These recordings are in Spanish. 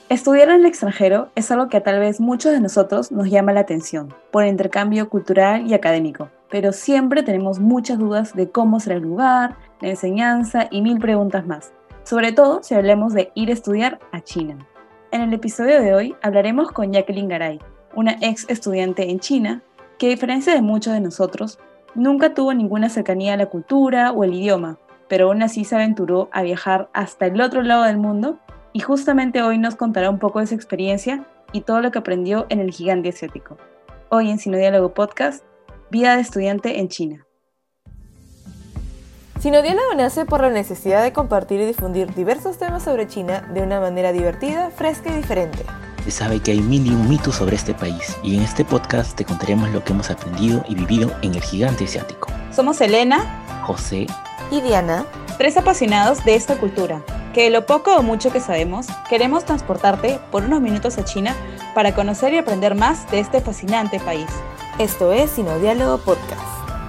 Estudiar en el extranjero es algo que a tal vez muchos de nosotros nos llama la atención, por el intercambio cultural y académico, pero siempre tenemos muchas dudas de cómo será el lugar, la enseñanza y mil preguntas más, sobre todo si hablamos de ir a estudiar a China. En el episodio de hoy hablaremos con Jacqueline Garay, una ex estudiante en China, que a diferencia de muchos de nosotros, nunca tuvo ninguna cercanía a la cultura o el idioma, pero aún así se aventuró a viajar hasta el otro lado del mundo y justamente hoy nos contará un poco de su experiencia y todo lo que aprendió en el gigante asiático. Hoy en Sinodiálogo Podcast, Vida de estudiante en China. Sinodiálogo nace por la necesidad de compartir y difundir diversos temas sobre China de una manera divertida, fresca y diferente. Se sabe que hay mil y un mitos sobre este país y en este podcast te contaremos lo que hemos aprendido y vivido en el gigante asiático. Somos Elena, José y Diana, tres apasionados de esta cultura, que de lo poco o mucho que sabemos, queremos transportarte por unos minutos a China para conocer y aprender más de este fascinante país. Esto es Sinodiálogo Podcast.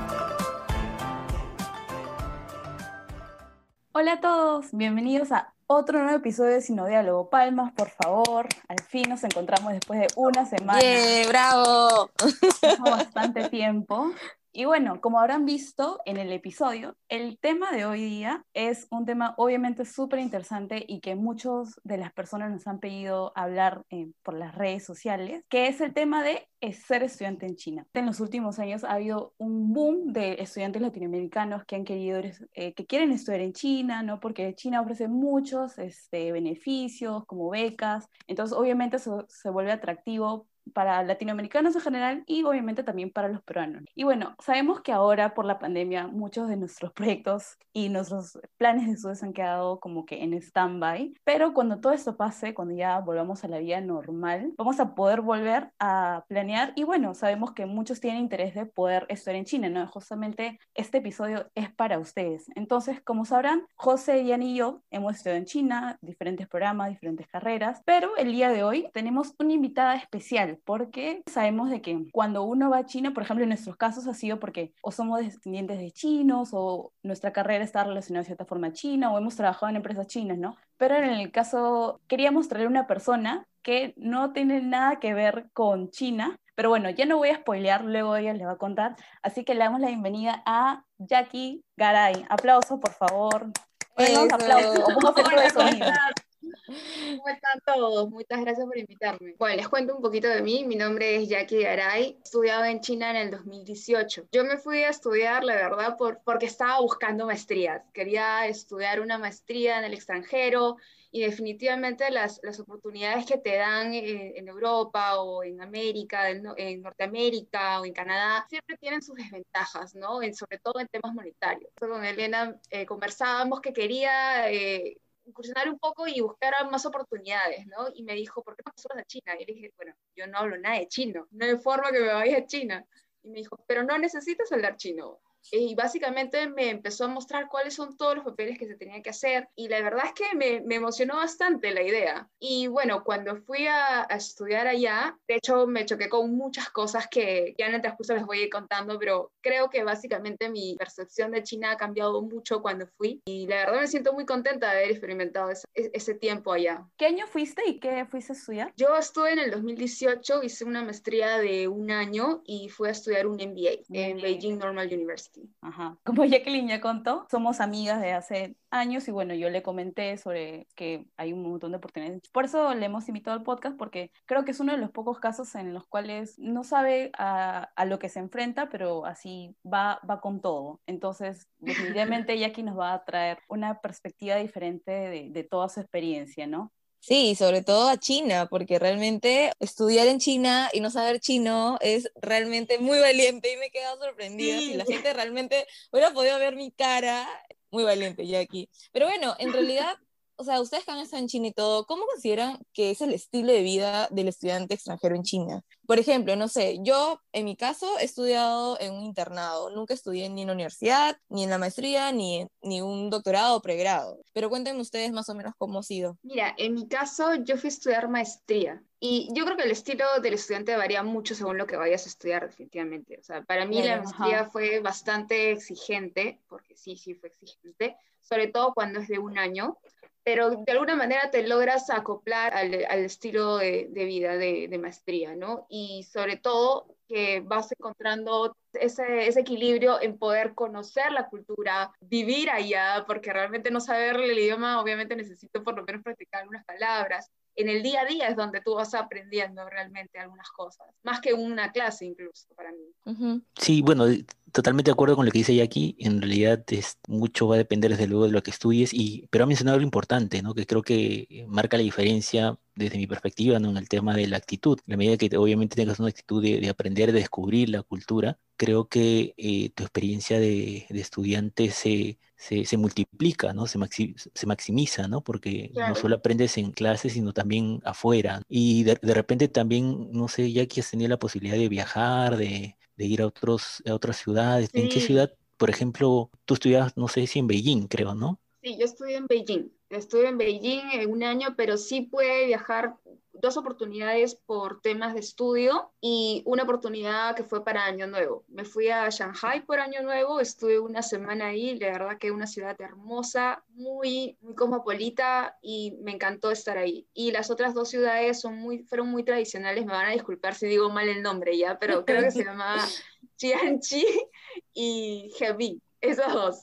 Hola a todos, bienvenidos a otro nuevo episodio de Sinodiálogo. Palmas, por favor. Al fin nos encontramos después de una semana. ¡Yeah, bravo! Pasó bastante tiempo. Y bueno, como habrán visto en el episodio, el tema de hoy día es un tema obviamente súper interesante y que muchas de las personas nos han pedido hablar por las redes sociales, que es el tema de ser estudiante en China. En los últimos años ha habido un boom de estudiantes latinoamericanos que han querido, que quieren estudiar en China, ¿no? Porque China ofrece muchos beneficios como becas, entonces obviamente eso se vuelve atractivo para latinoamericanos en general y obviamente también para los peruanos. Y bueno, sabemos que ahora por la pandemia muchos de nuestros proyectos y nuestros planes de estudios han quedado como que en stand-by, pero cuando todo esto pase, cuando ya volvamos a la vida normal, vamos a poder volver a planear y bueno, sabemos que muchos tienen interés de poder estudiar en China, ¿no? Justamente este episodio es para ustedes. Entonces, como sabrán, José, Diana y yo hemos estudiado en China, diferentes programas, diferentes carreras, pero el día de hoy tenemos una invitada especial porque sabemos de que cuando uno va a China, por ejemplo, en nuestros casos ha sido porque o somos descendientes de chinos o nuestra carrera está relacionada de cierta forma a China o hemos trabajado en empresas chinas, ¿no? Pero en el caso, queríamos traer una persona que no tiene nada que ver con China, pero bueno, ya no voy a spoilear, luego ella les va a contar, así que le damos la bienvenida a Jackie Garay. Aplausos, por favor. Bueno, aplausos, o pongo efecto de sonido. ¿Cómo están todos? Muchas gracias por invitarme. Bueno, les cuento un poquito de mí. Mi nombre es Jackie Garay. He estudiado en China en el 2018. Yo me fui a estudiar, la verdad, porque estaba buscando maestrías. Quería estudiar una maestría en el extranjero y definitivamente las oportunidades que te dan en Europa o en América, en Norteamérica o en Canadá, siempre tienen sus desventajas, ¿no? Sobre todo en temas monetarios. Con Elena conversábamos que quería incursionar un poco y buscar más oportunidades, ¿no? Y me dijo, ¿por qué no solo a China? Y le dije, bueno, yo no hablo nada de chino, no hay forma que me vaya a China. Y me dijo, pero no necesitas hablar chino. Y básicamente me empezó a mostrar cuáles son todos los papeles que se tenían que hacer y la verdad es que me emocionó bastante la idea. Y bueno, cuando fui a estudiar allá, de hecho me choqué con muchas cosas que ya en el transcurso les voy a ir contando, pero creo que básicamente mi percepción de China ha cambiado mucho cuando fui y la verdad me siento muy contenta de haber experimentado ese tiempo allá. ¿Qué año fuiste y qué fuiste a estudiar? Yo estuve en el 2018, hice una maestría de un año y fui a estudiar un MBA en Beijing Normal University. Ajá. Como Jacqueline ya contó, somos amigas de hace años y bueno, yo le comenté sobre que hay un montón de oportunidades. Por eso le hemos invitado al podcast porque creo que es uno de los pocos casos en los cuales no sabe a lo que se enfrenta, pero así va con todo. Entonces, definitivamente Jackie nos va a traer una perspectiva diferente de toda su experiencia, ¿no? Sí, sobre todo a China, porque realmente estudiar en China y no saber chino es realmente muy valiente y me he quedado sorprendida. Sí. Si la gente realmente hubiera podido ver mi cara, muy valiente ya aquí. Pero bueno, en realidad, o sea, ustedes que han estado en China y todo, ¿cómo consideran que es el estilo de vida del estudiante extranjero en China? Por ejemplo, no sé, yo en mi caso he estudiado en un internado, nunca estudié ni en la universidad, ni en la maestría, ni un doctorado o pregrado. Pero cuéntenme ustedes más o menos cómo ha sido. Mira, en mi caso yo fui a estudiar maestría y yo creo que el estilo del estudiante varía mucho según lo que vayas a estudiar definitivamente. O sea, para mí la Claro, maestría ajá. fue bastante exigente, porque sí fue exigente, sobre todo cuando es de un año, pero de alguna manera te logras acoplar al estilo de vida de maestría, ¿no? Y sobre todo que vas encontrando ese equilibrio en poder conocer la cultura, vivir allá, porque realmente no saber el idioma, obviamente necesito por lo menos practicar algunas palabras. En el día a día es donde tú vas aprendiendo realmente algunas cosas, más que una clase incluso para mí. Ujú. Sí, bueno, totalmente de acuerdo con lo que dice Jackie. En realidad mucho va a depender desde luego de lo que estudies, pero ha mencionado algo importante, ¿no? Que creo que marca la diferencia desde mi perspectiva, ¿no? En el tema de la actitud. En la medida que obviamente tengas una actitud de aprender, de descubrir la cultura, creo que tu experiencia de estudiante se multiplica, ¿no? Se maximiza, ¿no? Porque no Claro. solo aprendes en clases, sino también afuera. Y de repente también, no sé, Jackie, has tenido la posibilidad de viajar, de ir a otras ciudades. ¿En qué Sí, ciudad, por ejemplo, tú estudiabas, no sé si en Beijing, creo, ¿no? sí, yo estuve en Beijing. Estuve en Beijing un año, pero sí pude viajar 2 oportunidades por temas de estudio y una oportunidad que fue para Año Nuevo. Me fui a Shanghai por Año Nuevo, estuve una semana ahí, la verdad que es una ciudad hermosa, muy, muy cosmopolita y me encantó estar ahí. Y las otras 2 ciudades fueron muy tradicionales, me van a disculpar si digo mal el nombre ya, pero creo que se llamaba Jiangxi y Hebei, esos dos.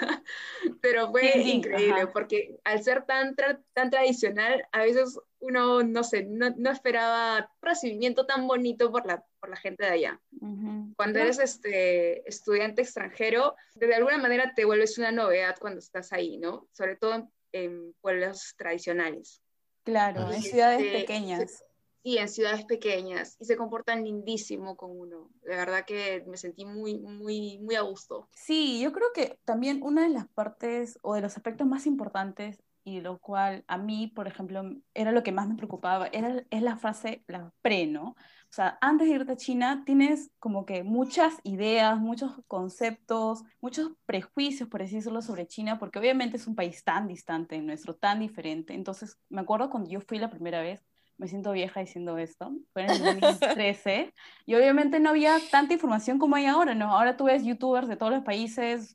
Pero fue Tianjin, increíble ajá. porque al ser tan tradicional, a veces uno, no sé, no esperaba un recibimiento tan bonito por la gente de allá. Ujú. Cuando Creo, eres estudiante extranjero, de alguna manera te vuelves una novedad cuando estás ahí, ¿no? Sobre todo en pueblos tradicionales. claro, en Y, ciudades y pequeñas. sí, en ciudades pequeñas, y se comportan lindísimo con uno. De verdad que me sentí muy, muy, muy a gusto. Sí, yo creo que también una de las partes o de los aspectos más importantes y lo cual a mí, por ejemplo, era lo que más me preocupaba, es la fase, la pre, ¿no? O sea, antes de irte a China tienes como que muchas ideas, muchos conceptos, muchos prejuicios, por así decirlo, sobre China, porque obviamente es un país tan distante, nuestro, tan diferente. Entonces, me acuerdo cuando yo fui la primera vez, me siento vieja diciendo esto, fue en el 2013. Y obviamente no había tanta información como hay ahora, ¿no? Ahora tú ves youtubers de todos los países,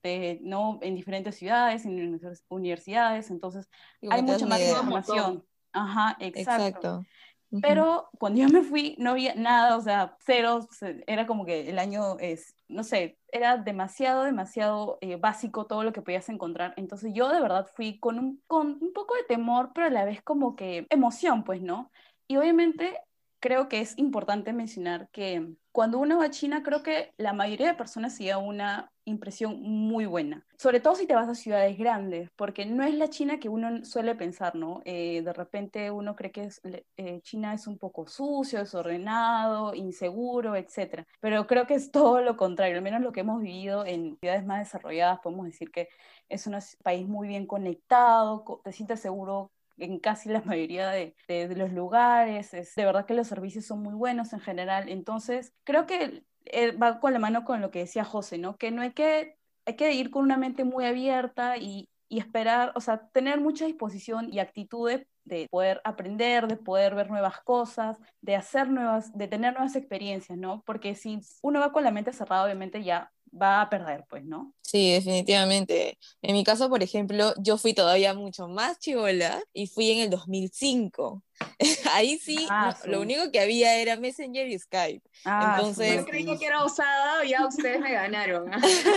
¿no? En diferentes ciudades, en universidades, entonces Y hay como te das mucha una más Ayuda un idea. montón. información. Ajá, exacto. Exacto. Ujú. Pero cuando yo me fui no había nada, o sea, cero, era como que el año no sé, era demasiado, demasiado básico todo lo que podías encontrar. Entonces yo de verdad fui con un poco de temor, pero a la vez como que emoción, pues, ¿no? Y obviamente creo que es importante mencionar que cuando uno va a China, creo que la mayoría de personas se lleva una impresión muy buena. Sobre todo si te vas a ciudades grandes, porque no es la China que uno suele pensar, ¿no? De repente uno cree que China es un poco sucio, desordenado, inseguro, etcétera. Pero creo que es todo lo contrario, al menos lo que hemos vivido en ciudades más desarrolladas, podemos decir que es un país muy bien conectado, te sientes seguro en casi la mayoría de los lugares, de verdad que los servicios son muy buenos en general, entonces creo que va con la mano con lo que decía José, ¿no? Que no hay que ir con una mente muy abierta y esperar, o sea, tener mucha disposición y actitud de poder aprender, de poder ver nuevas cosas, de tener nuevas experiencias, ¿no? Porque si uno va con la mente cerrada, obviamente ya va a perder, pues, ¿no? Sí, definitivamente. En mi caso, por ejemplo, yo fui todavía mucho más chivola y fui en el 2005. Ahí sí, Ah, no, lo único que había era Messenger y Skype. Yo Entonces, creía que era osada, ya ustedes me ganaron.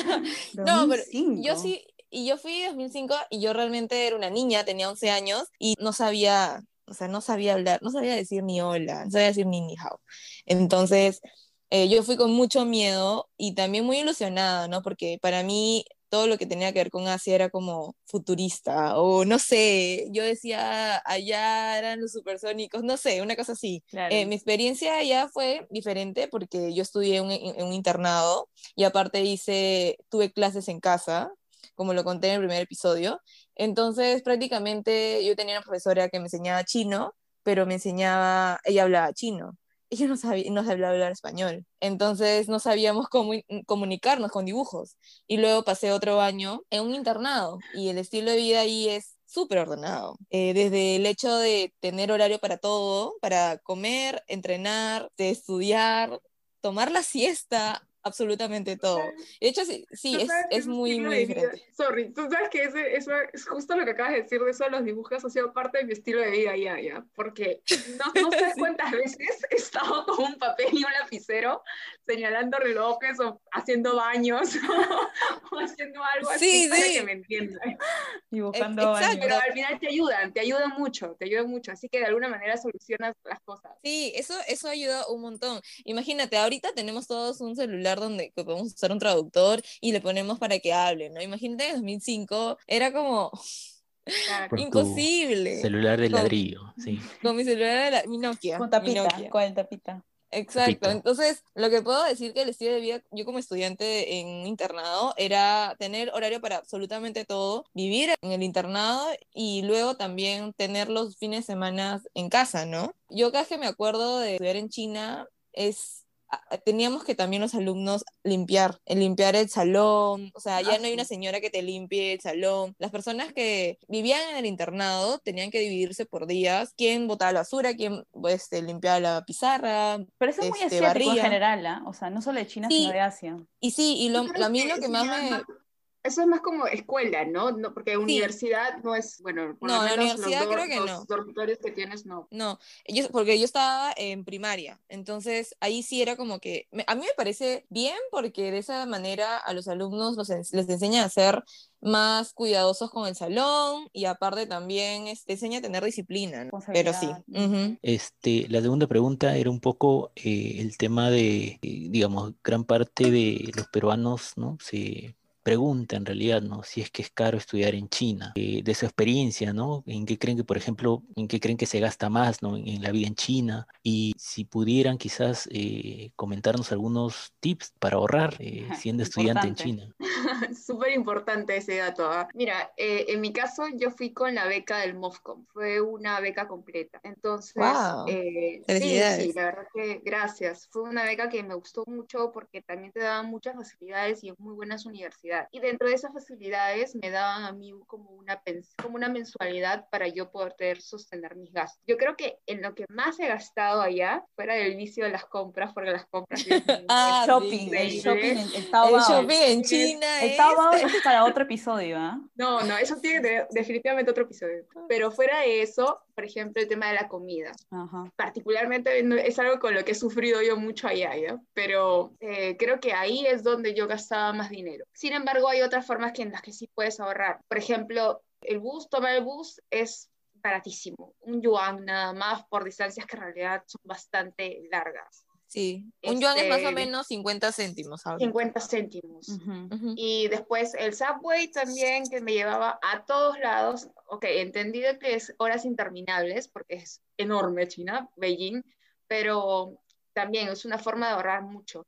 no, pero yo 2005. sí, y yo fui en 2005 y yo realmente era una niña, tenía 11 años y no sabía, o sea, no sabía hablar, no sabía decir ni hola, no sabía decir ni hao. Entonces, yo fui con mucho miedo y también muy ilusionada, ¿no? Porque para mí todo lo que tenía que ver con Asia era como futurista o no sé, yo decía allá eran los supersónicos, no sé, una cosa así. Claro. Mi experiencia allá fue diferente porque yo estudié en un internado y aparte tuve clases en casa, como lo conté en el primer episodio. Entonces, prácticamente yo tenía una profesora que me enseñaba chino, pero ella hablaba chino. Ella no sabía hablar español. Entonces, no sabíamos cómo comunicarnos con dibujos. Y luego pasé otro año en un internado y el estilo de vida ahí es súper ordenado. Desde el hecho de tener horario para todo, para comer, entrenar, de estudiar, tomar la siesta, absolutamente todo. De hecho, sí, Tú sabes que es ese muy, estilo muy de vida, diferente. sorry, tú sabes que eso es justo lo que acabas de decir de eso, los dibujos ha sido parte de mi estilo de vida ya, porque no sabes Sí. cuántas veces he estado con un papel y un lapicero señalando relojes o haciendo baños o haciendo algo así Sí, para que sí, me entiendan. Dibujando Pero exacto. baños. al final te ayudan mucho, así que de alguna manera solucionas las cosas. Sí, eso ayuda un montón. Imagínate, ahorita tenemos todos un celular donde que podemos usar un traductor y le ponemos para que hable, ¿no? Imagínate en 2005, era como Claro. Con tu imposible. celular de Con, ladrillo, sí. con mi celular, mi Nokia, Con mi tapita, Nokia. con el tapita. Exacto, Repito. entonces lo que puedo decir que el estilo de vida, yo como estudiante en un internado, era tener horario para absolutamente todo, vivir en el internado y luego también tener los fines de semana en casa, ¿no? Yo cada vez que me acuerdo de estudiar en China, teníamos que también los alumnos limpiar el salón, o sea, ya no hay una señora que te limpie el salón. Las personas que vivían en el internado tenían que dividirse por días, quién botaba la basura, quién limpiaba la pizarra, Pero eso es muy asiático en barría. general, ¿ah? O sea, no solo de China, sino de Sí, Asia. y sí, Yo creo a mí que lo que más me... eso es más como escuela, ¿no? No, porque Sí, universidad no es, bueno, por lo no, en la menos universidad creo que los no. dormitorios que tienes, no. No, porque yo estaba en primaria, entonces ahí sí era como que, a mí me parece bien porque de esa manera a los alumnos les enseña a ser más cuidadosos con el salón y aparte también enseña a tener disciplina, ¿no? Pero sí. Responsabilidad. Ujú. La segunda pregunta era un poco el tema de, digamos, gran parte de los peruanos, ¿no? Se pregunta en realidad, ¿no? Si es que es caro estudiar en China, de su experiencia, ¿no? En qué creen que, por ejemplo, en qué creen que se gasta más, ¿no? En la vida en China. Y si pudieran quizás comentarnos algunos tips para ahorrar siendo estudiante en Importante. China. Súper importante ese dato. ¿Ah? Mira, en mi caso yo fui con la beca del MOFCOM, fue una beca completa. Entonces, Wow, sí, felicidades. la verdad que gracias. Fue una beca que me gustó mucho porque también te daban muchas facilidades y en muy buenas universidades. Y dentro de esas facilidades me daban a mí como una mensualidad para yo poder sostener mis gastos. Yo creo que en lo que más he gastado allá, fuera del vicio de las compras, porque las compras, Dios mío, es Ah, sí. El shopping, increíble. el El Taobao. shopping en Es China El es... Taobao es para otro episodio, ¿ah? No, eso tiene definitivamente otro episodio. Pero fuera de eso, por ejemplo, el tema de la comida. Ajá. Particularmente es algo con lo que he sufrido yo mucho allá, ¿ya? Pero creo que ahí es donde yo gastaba más dinero. Sin embargo, hay otras formas en las que sí puedes ahorrar. Por ejemplo, tomar el bus es baratísimo. Un yuan nada más por distancias que en realidad son bastante largas. Sí, un yuan es más o De menos 50 céntimos ahorita. 50 céntimos. Ujú. Ujú. Y después el subway también, que me llevaba a todos lados. Ok, entendido que es horas interminables, porque es enorme China, Beijing, pero también es una forma de ahorrar mucho.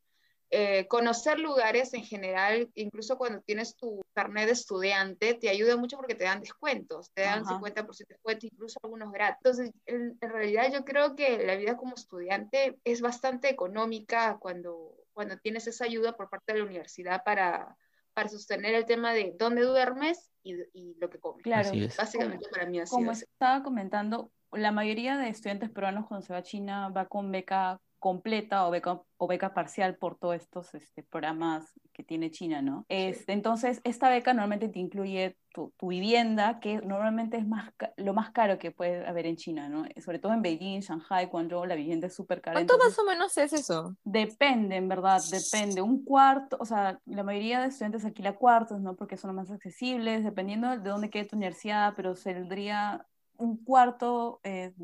Conocer lugares en general, incluso cuando tienes tu carnet de estudiante, te ayuda mucho porque te dan descuentos, te dan Ajá. 50% de descuento, incluso algunos gratis. Entonces, en realidad yo creo que la vida como estudiante es bastante económica cuando tienes esa ayuda por parte de la universidad para sostener el tema de dónde duermes y lo que comes. Claro, Así es. Básicamente para mí ha sido como así. estaba comentando, la mayoría de estudiantes peruanos cuando se va a China va con beca completa o beca parcial por todos estos programas que tiene China, ¿no? Entonces, esta beca normalmente te incluye tu vivienda, que normalmente es lo más caro que puede haber en China, ¿no? Sobre todo en Beijing, Shanghai, Guangzhou, la vivienda es súper cara. ¿Cuánto Entonces, más o menos es eso? depende, en verdad, depende. Un cuarto, o sea, la mayoría de estudiantes alquila cuartos, ¿no? Porque son los más accesibles, dependiendo de dónde quede tu universidad, pero saldría un cuarto,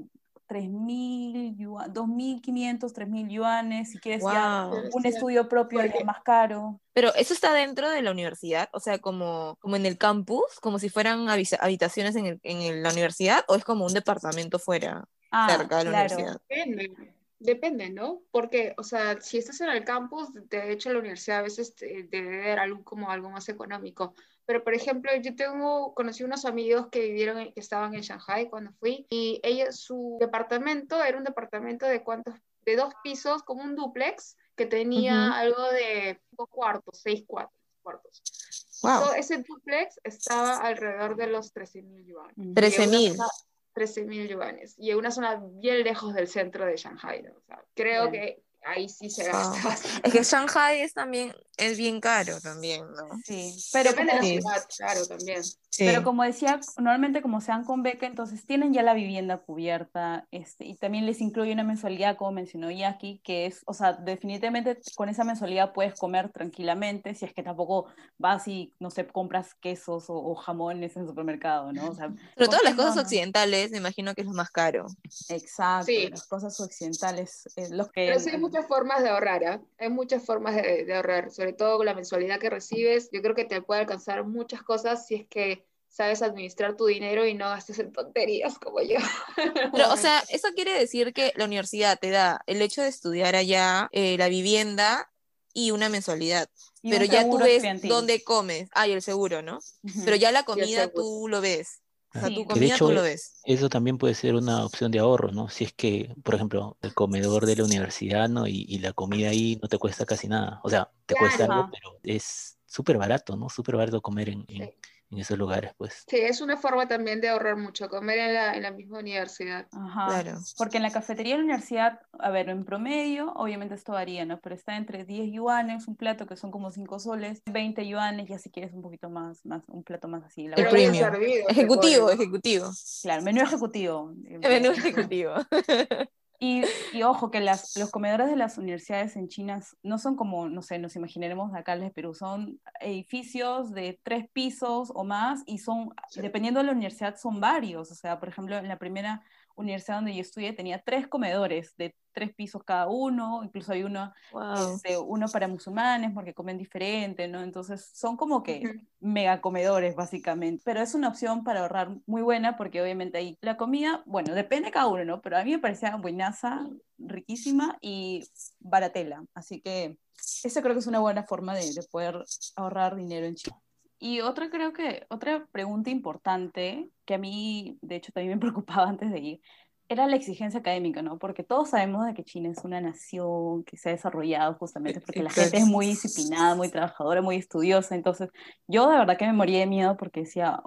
3.000 yuanes, 2.500, 3.000 yuanes. Si quieres ya Wow. un estudio propio, ya es Porque más caro. Pero eso está dentro de la universidad, o sea, como en el campus, como si fueran habitaciones la universidad, o es como un departamento fuera, Ah, cerca de la claro. universidad. depende, ¿no? Porque, o sea, si estás en el campus, de hecho la universidad a veces debe dar como algo más económico. Pero, por ejemplo, conocí unos amigos que estaban en Shanghai cuando fui, y su departamento era un departamento de 2 pisos, como un dúplex, que tenía Ujú. algo de 5 cuartos, 6 cuartos. Wow. Todo ese dúplex estaba alrededor de los 13.000 yuanes. Y en 13 una mil. zona, 13.000 yuanes. Y en una zona bien lejos del centro de Shanghai, ¿no? O sea, creo Bien. que ahí sí se Wow. gasta bastante. Es que Shanghai es bien caro también, ¿no? Sí, pero Depende de la Sí. ciudad, claro, también. Pero Sí. como decía, normalmente como se dan con beca, entonces tienen ya la vivienda cubierta, y también les incluye una mensualidad, como mencionó Jackie, que es, o sea, definitivamente con esa mensualidad puedes comer tranquilamente, si es que tampoco vas y, no sé, compras quesos o jamones en el supermercado, ¿no? O sea, Pero todas las comiendo, cosas ¿no? occidentales, me imagino que es lo más caro. Exacto, Sí, las cosas occidentales, los pero que... sí hay muchas formas de ahorrar, ¿ah? Hay muchas formas de ahorrar, sobre todo con la mensualidad que recibes. Yo creo que te puede alcanzar muchas cosas si es que sabes administrar tu dinero y no gastes en tonterías como yo. Pero, o sea, eso quiere decir que la universidad te da el hecho de estudiar allá, la vivienda y una mensualidad. Y Pero un ya tú seguro ves estudiantil. dónde comes. Ah, y el seguro, ¿no? Pero Ujú. ya la Y el comida seguro. tú lo ves. O sea, tu Sí, Que de comida hecho tú lo ves. eso también puede ser una opción de ahorro, ¿no? Si es que, por ejemplo, el comedor de la universidad, ¿no? Y la comida ahí no te cuesta casi nada. O sea, te cuesta Claro, algo, ajá. pero es súper barato, ¿no? Súper barato comer sí. en esos lugares, pues. Sí, es una forma también de ahorrar mucho, comer en la misma universidad. Ajá, Claro. porque en la cafetería de la universidad, a ver, en promedio, obviamente esto varía, ¿no? Pero está entre 10 yuanes, un plato que son como 5 soles, 20 yuanes, ya si quieres un poquito un plato más así El Pero elaborado. bien premium. servido te ponen, Ejecutivo, ¿no? ejecutivo. Claro, menú ejecutivo. El menú ejecutivo. Y ojo, que los comedores de las universidades en China no son como, no sé, nos imaginaremos de acá de Perú, son edificios de 3 pisos o más y son, Sí. dependiendo de la universidad, son varios. O sea, por ejemplo, en la primera universidad donde yo estudié tenía 3 comedores de 3 pisos cada uno, incluso hay Wow. uno para musulmanes porque comen diferente, ¿no? Entonces son como que Ujú. mega comedores básicamente, pero es una opción para ahorrar muy buena porque obviamente ahí la comida, bueno, depende de cada uno, ¿no? Pero a mí me parecía buenaza, riquísima y baratela, así que eso creo que es una buena forma de poder ahorrar dinero en China. Y otra pregunta importante que a mí, de hecho, también me preocupaba antes de ir, era la exigencia académica, ¿no? Porque todos sabemos de que China es una nación que se ha desarrollado justamente porque la gente Exacto. es muy disciplinada, muy trabajadora, muy estudiosa. Entonces, yo de verdad que me moría de miedo porque decía,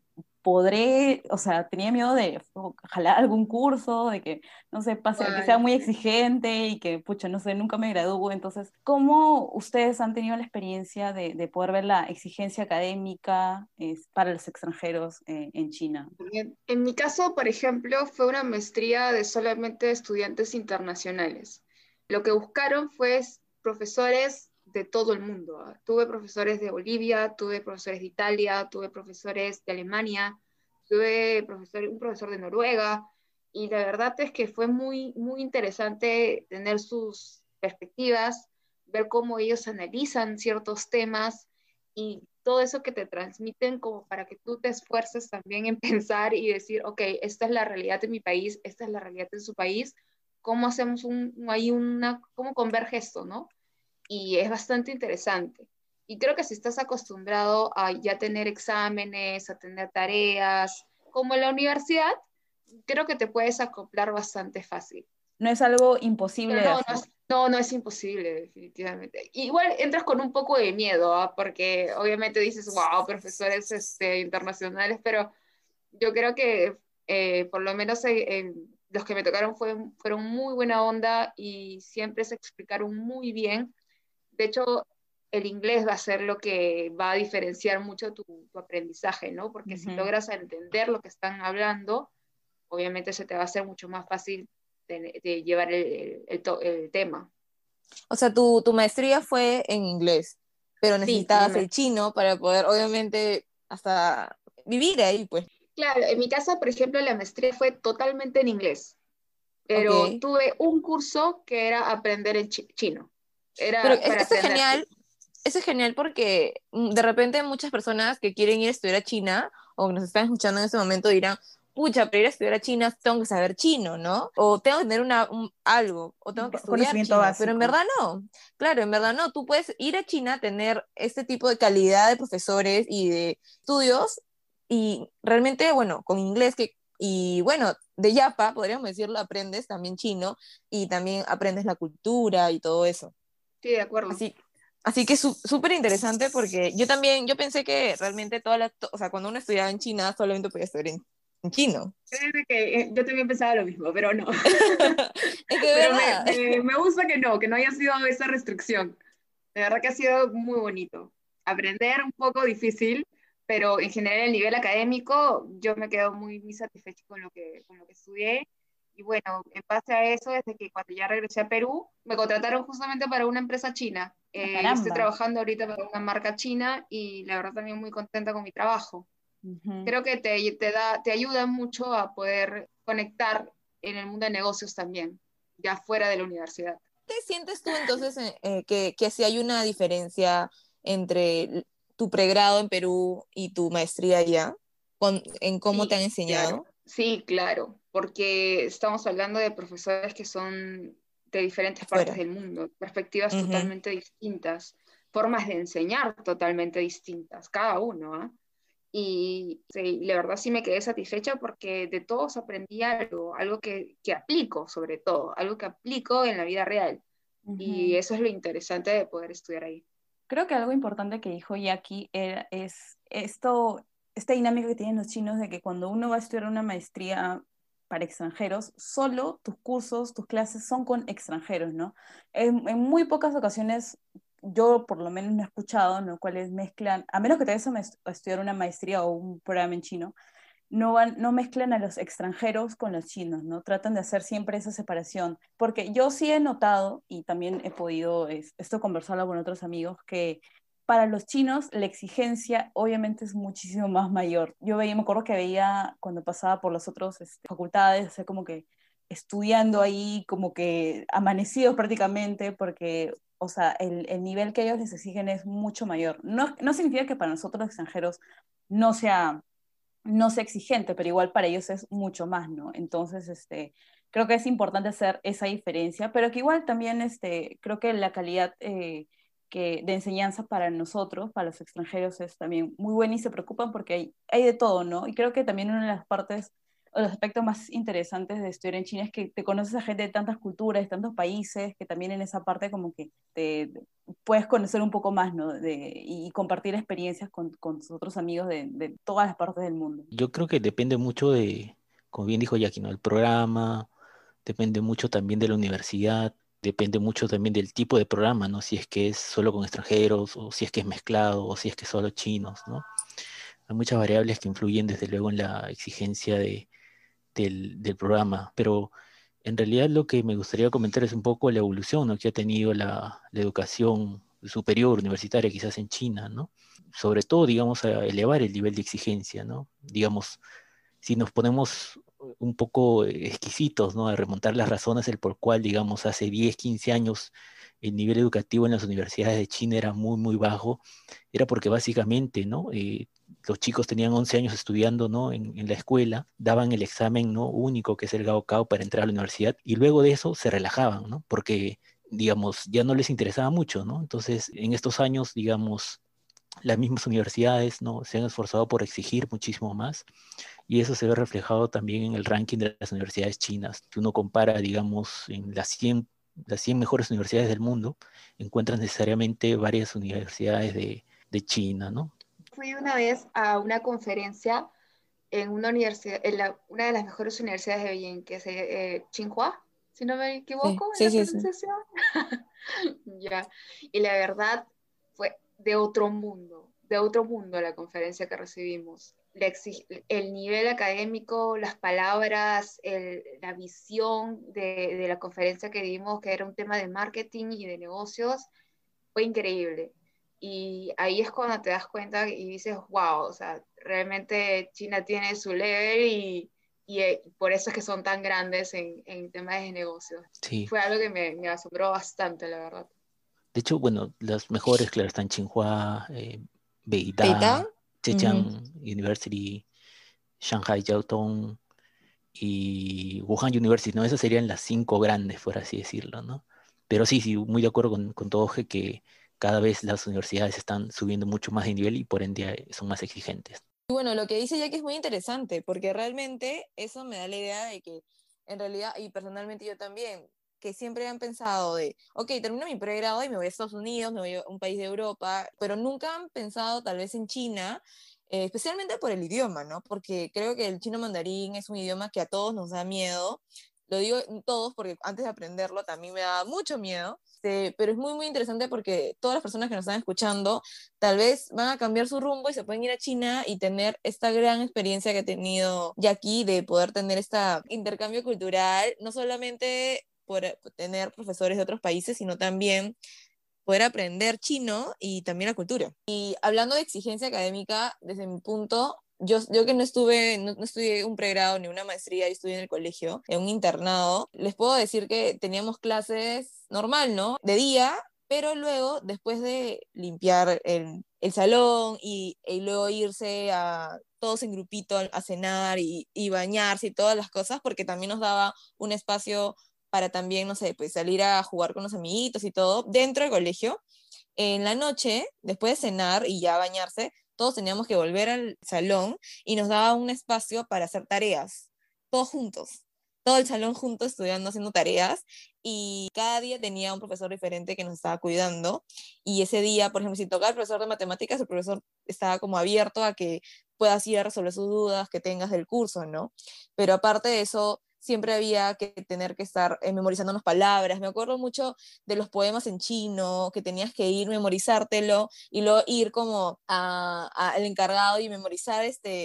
podré, o sea, tenía miedo de jalar algún curso, de que, no sé, pase, que sea Igual. muy exigente y que, pucha, no sé, nunca me gradúe. Entonces, ¿cómo ustedes han tenido la experiencia de poder ver la exigencia académica para los extranjeros en China? Bien. En mi caso, por ejemplo, fue una maestría de solamente estudiantes internacionales. Lo que buscaron fue profesores de todo el mundo. Tuve profesores de Bolivia, tuve profesores de Italia, tuve profesores de Alemania, tuve un profesor de Noruega, y la verdad es que fue muy, muy interesante tener sus perspectivas, ver cómo ellos analizan ciertos temas y todo eso que te transmiten como para que tú te esfuerces también en pensar y decir, ok, esta es la realidad de mi país, esta es la realidad de su país, ¿cómo hacemos cómo converge esto, ¿no? Y es bastante interesante. Y creo que si estás acostumbrado a ya tener exámenes, a tener tareas, como en la universidad, creo que te puedes acoplar bastante fácil. No es algo Pero imposible de hacer. no es imposible, definitivamente. Igual entras con un poco de miedo, ¿ah? Porque obviamente dices, wow, profesores internacionales, pero yo creo que por lo menos los que me tocaron fueron muy buena onda y siempre se explicaron muy bien. De hecho, el inglés va a ser lo que va a diferenciar mucho tu aprendizaje, ¿no? Porque si Ujú. logras entender lo que están hablando, obviamente se te va a hacer mucho más fácil de llevar el tema. O sea, tu maestría fue en inglés, pero Sí, necesitabas el chino para poder, obviamente, hasta vivir ahí, pues. claro, en mi caso, por ejemplo, la maestría fue totalmente en inglés, pero Ok. tuve un curso que era aprender el chino. Pero Era para esto es aprender. genial, eso es genial porque de repente muchas personas que quieren ir a estudiar a China o que nos están escuchando en este momento dirán, pucha, para ir a estudiar a China tengo que saber chino, ¿no? O tengo que tener algo, o tengo que estudiar Conocimiento chino, pero en básico. verdad no. Claro, en verdad no. Tú puedes ir a China, tener este tipo de calidad de profesores y de estudios y realmente, bueno, con inglés y bueno, de Yapa, podríamos decirlo, aprendes también chino y también aprendes la cultura y todo eso. Sí, de acuerdo. Así, así que es súper interesante porque yo también, yo pensé que realmente o sea, cuando uno estudiaba en China solamente podía estudiar en chino. Créeme que yo también pensaba lo mismo, pero no. Es que de Pero verdad. me gusta que no haya sido esa restricción. De verdad que ha sido muy bonito. Aprender un poco difícil, pero en general el nivel académico yo me quedo muy, muy satisfecha con lo que estudié. Y bueno, en base a eso, desde que cuando ya regresé a Perú, me contrataron justamente para una empresa china. Ah, Yo estoy caramba. trabajando ahorita para una marca china y la verdad también muy contenta con mi trabajo. Ujú. Creo que te ayuda mucho a poder conectar en el mundo de negocios también, ya fuera de la universidad. ¿Qué sientes tú entonces que si hay una diferencia entre tu pregrado en Perú y tu maestría allá? En cómo te Sí, han claro. enseñado Sí, claro, porque estamos hablando de profesores que son de diferentes partes afuera. del mundo, perspectivas Ujú. totalmente distintas, formas de enseñar totalmente distintas, cada uno, ¿ah? Y sí, la verdad sí me quedé satisfecha porque de todos aprendí algo que aplico sobre todo, algo que aplico en la vida real. Y Ujú. eso es lo interesante de poder estudiar ahí. Creo que algo importante que dijo Jackie es esto, esta dinámica que tienen los chinos de que cuando uno va a estudiar una maestría para extranjeros, solo tus cursos, tus clases son con extranjeros, ¿no? En muy pocas ocasiones, yo por lo menos no he escuchado, ¿no? Cuales mezclan, a menos que te vayas a estudiar una maestría o un programa en chino, no mezclan a los extranjeros con los chinos, ¿no? Tratan de hacer siempre esa separación, porque yo sí he notado, y también he podido esto conversarlo con otros amigos, que para los chinos la exigencia obviamente es muchísimo más mayor. Me acuerdo que veía cuando pasaba por las otras facultades, o sea, como que estudiando ahí, como que amanecidos prácticamente, porque, o sea, el nivel que ellos les exigen es mucho mayor. No significa que para nosotros los extranjeros no sea no sea exigente, pero igual para ellos es mucho más, ¿no? Entonces, creo que es importante hacer esa diferencia, pero que igual también, creo que la calidad de enseñanza para nosotros, para los extranjeros, es también muy buena y se preocupan porque hay de todo, ¿no? Y creo que también una de las partes o los aspectos más interesantes de estudiar en China es que te conoces a gente de tantas culturas, de tantos países, que también en esa parte como que te puedes conocer un poco más, ¿no? Y compartir experiencias con tus otros amigos de todas las partes del mundo. Yo creo que depende mucho de, como bien dijo Jackie, ¿no? El programa, depende mucho también de la universidad, depende mucho también del tipo de programa, ¿no? Si es que es solo con extranjeros, o si es que es mezclado, o si es que es solo chinos, ¿no? Hay muchas variables que influyen desde luego en la exigencia del programa, pero en realidad lo que me gustaría comentar es un poco la evolución, ¿no? Que ha tenido la educación superior universitaria quizás en China, ¿no? Sobre todo, digamos, a elevar el nivel de exigencia, ¿no? Digamos, si nos ponemos un poco exquisitos, ¿no? A remontar las razones el por cual, digamos, hace 10 15 años el nivel educativo en las universidades de China era muy, muy bajo, era porque básicamente, ¿no? Los chicos tenían 11 años estudiando, ¿no? En la escuela, daban el examen, ¿no? Único, que es el Gaokao, para entrar a la universidad, y luego de eso se relajaban, ¿no? Porque, digamos, ya no les interesaba mucho, ¿no? Entonces, en estos años, digamos, las mismas universidades, ¿no? Se han esforzado por exigir muchísimo más y eso se ve reflejado también en el ranking de las universidades chinas. Si uno compara, digamos, en las 100 mejores universidades del mundo, encuentras necesariamente varias universidades de China, ¿no? Fui una vez a una conferencia en una universidad, una de las mejores universidades de Beijing, que es Tsinghua, si no me Sí, equivoco en sí, la sí, sí. pronunciación. Ya. Y la verdad fue de otro mundo la conferencia que recibimos. El nivel académico, las palabras, la visión de la conferencia que dimos, que era un tema de marketing y de negocios, fue increíble. Y ahí es cuando te das cuenta y dices, wow, o sea, realmente China tiene su level y por eso es que son tan grandes en temas de negocios. Sí. Fue algo que me asombró bastante, la verdad. De hecho, bueno, las mejores, claro, están Tsinghua, ¿Peita? Beida, Ujú. Zhejiang University, Shanghai Jiao Tong y Wuhan University, ¿no? Esas serían las 5 grandes, por así decirlo, ¿no? Pero sí, sí, muy de acuerdo con todo Oje que cada vez las universidades están subiendo mucho más de nivel y por ende son más exigentes. Y bueno, lo que dice Jackie es muy interesante, porque realmente eso me da la idea de que, en realidad, y personalmente yo también, que siempre han pensado de, ok, termino mi pregrado y me voy a Estados Unidos, me voy a un país de Europa, pero nunca han pensado tal vez en China, especialmente por el idioma, ¿no? Porque creo que el chino mandarín es un idioma que a todos nos da miedo. Lo digo todos porque antes de aprenderlo también me daba mucho miedo, pero es muy, muy interesante porque todas las personas que nos están escuchando tal vez van a cambiar su rumbo y se pueden ir a China y tener esta gran experiencia que he tenido ya aquí de poder tener este intercambio cultural, no solamente por tener profesores de otros países, sino también poder aprender chino y también la cultura. Y hablando de exigencia académica, desde mi punto, yo que no estudié un pregrado ni una maestría, yo estudié en el colegio, en un internado, les puedo decir que teníamos clases normal, ¿no? De día, pero luego, después de limpiar el salón y luego irse a todos en grupito a cenar y bañarse y todas las cosas, porque también nos daba un espacio para también, no sé, pues salir a jugar con los amiguitos y todo, dentro del colegio. En la noche, después de cenar y ya bañarse, todos teníamos que volver al salón y nos daba un espacio para hacer tareas, todos juntos, todo el salón juntos estudiando, haciendo tareas, y cada día tenía un profesor diferente que nos estaba cuidando, y ese día, por ejemplo, si tocaba el profesor de matemáticas, el profesor estaba como abierto a que puedas ir a resolver sus dudas que tengas del curso, ¿no? Pero aparte de eso, siempre había que tener que estar memorizando unas palabras. Me acuerdo mucho de los poemas en chino, que tenías que ir, memorizártelo, y luego ir como al encargado y memorizar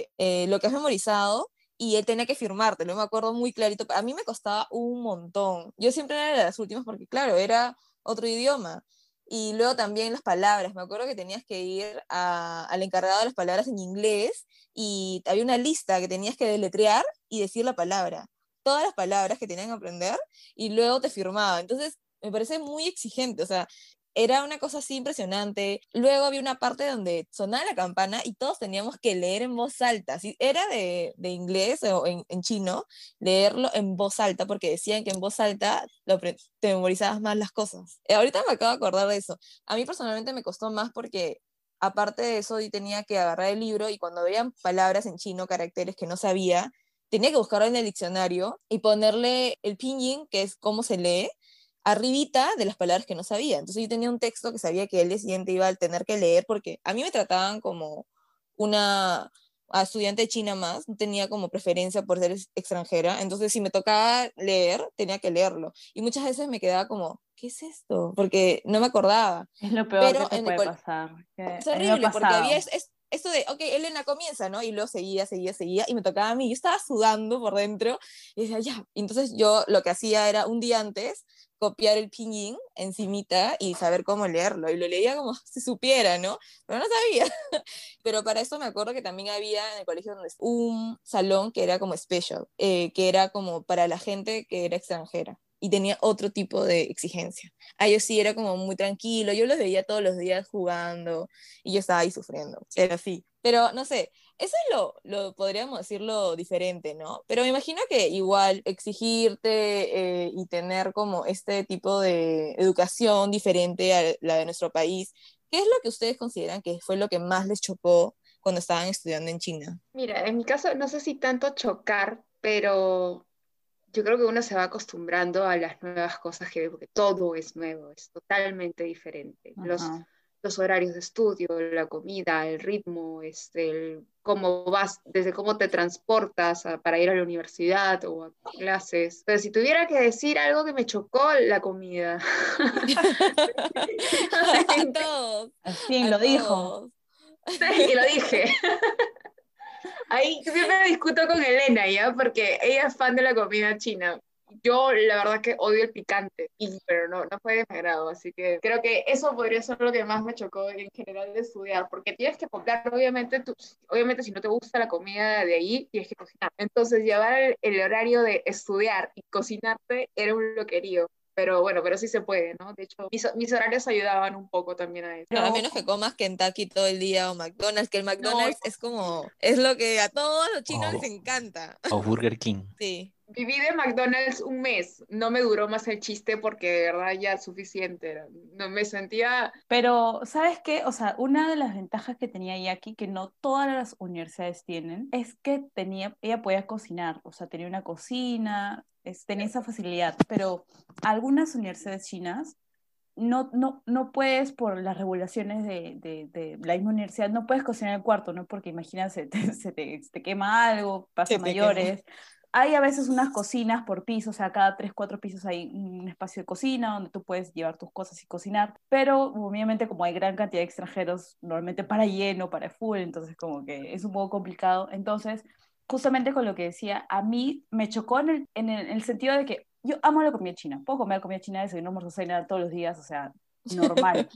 lo que has memorizado, y él tenía que firmártelo. Me acuerdo muy clarito. A mí me costaba un montón. Yo siempre era de las últimas porque, claro, era otro idioma. Y luego también las palabras. Me acuerdo que tenías que ir al encargado de las palabras en inglés y había una lista que tenías que deletrear y decir la palabra, todas las palabras que tenían que aprender, y luego te firmaba. Entonces, me parece muy exigente, o sea, era una cosa así impresionante. Luego había una parte donde sonaba la campana y todos teníamos que leer en voz alta. Si era de inglés o en chino, leerlo en voz alta, porque decían que en voz alta te memorizabas más las cosas. Ahorita me acabo de acordar de eso. A mí personalmente me costó más porque aparte de eso, yo tenía que agarrar el libro y cuando veían palabras en chino, caracteres que no sabía, tenía que buscarlo en el diccionario y ponerle el pinyin, que es cómo se lee, arribita de las palabras que no sabía. Entonces yo tenía un texto que sabía que el día siguiente iba a tener que leer porque a mí me trataban como una estudiante de China más, no tenía como preferencia por ser extranjera, entonces si me tocaba leer, tenía que leerlo. Y muchas veces me quedaba como, ¿qué es esto? Porque no me acordaba. Es lo peor que Pero te puede pasar. es A mí me ha horrible porque había pasado. esto de, ok, Elena comienza, ¿no? Y luego seguía, y me tocaba a mí. Yo estaba sudando por dentro y decía, ya. Y entonces yo lo que hacía era un día antes copiar el pinyin encimita y saber cómo leerlo. Y lo leía como si supiera, ¿no? Pero no sabía. Pero para eso me acuerdo que también había en el colegio un salón que era como special, que era como para la gente que era extranjera y tenía otro tipo de exigencia. A ellos sí era como muy tranquilo, yo los veía todos los días jugando y yo estaba ahí sufriendo, era así. Pero no sé, eso es podríamos decirlo diferente, ¿no? Pero me imagino que igual exigirte y tener como este tipo de educación diferente a la de nuestro país, ¿qué es lo que ustedes consideran que fue lo que más les chocó cuando estaban estudiando en China? Mira, en mi caso no sé si tanto chocar, pero yo creo que uno se va acostumbrando a las nuevas cosas que ve, porque todo es nuevo, es totalmente diferente. Ajá. Los horarios de estudio, la comida, el ritmo, cómo vas, desde cómo te transportas para ir a la universidad o a clases. Pero si tuviera que decir algo que me chocó, la comida. A todos, Así a lo dijo. todos. Y lo dije. Ahí siempre discuto con Elena, ¿ya? Porque ella es fan de la comida china. Yo, la verdad, que odio el picante, pero no fue de mi agrado. Así que creo que eso podría ser lo que más me chocó en general de estudiar, porque tienes que comprar, obviamente, obviamente, si no te gusta la comida de ahí, tienes que cocinar. Entonces, llevar el horario de estudiar y cocinarte era un loquerío. Pero bueno, pero sí se puede, ¿no? De hecho, mis horarios ayudaban un poco también a eso. A Pero, menos que comas Kentucky todo el día o McDonald's, que el No, McDonald's es como, es lo que a todos los chinos les O, encanta. o Burger King. Sí. viví de McDonald's un mes, no me duró más el chiste porque de verdad ya suficiente era. No me sentía, pero, ¿sabes qué? O sea, una de las ventajas que tenía Jackie, que no todas las universidades tienen, es que ella podía cocinar, o sea, tenía una cocina, tenía esa facilidad, pero algunas universidades chinas no puedes, por las regulaciones de la misma universidad, no puedes cocinar en el cuarto, ¿no? Porque imagina, se te quema algo, pasa Se te mayores. Hay a veces unas cocinas por piso, o sea, cada 3, 4 pisos hay un espacio de cocina donde tú puedes llevar tus cosas y cocinar, pero obviamente como hay gran cantidad de extranjeros, normalmente para lleno, para full, entonces como que es un poco complicado. Entonces, justamente con lo que decía, a mí me chocó en el sentido de que yo amo la comida china, puedo comer comida china, desayuno, almuerzo, cena todos los días, o sea, normal.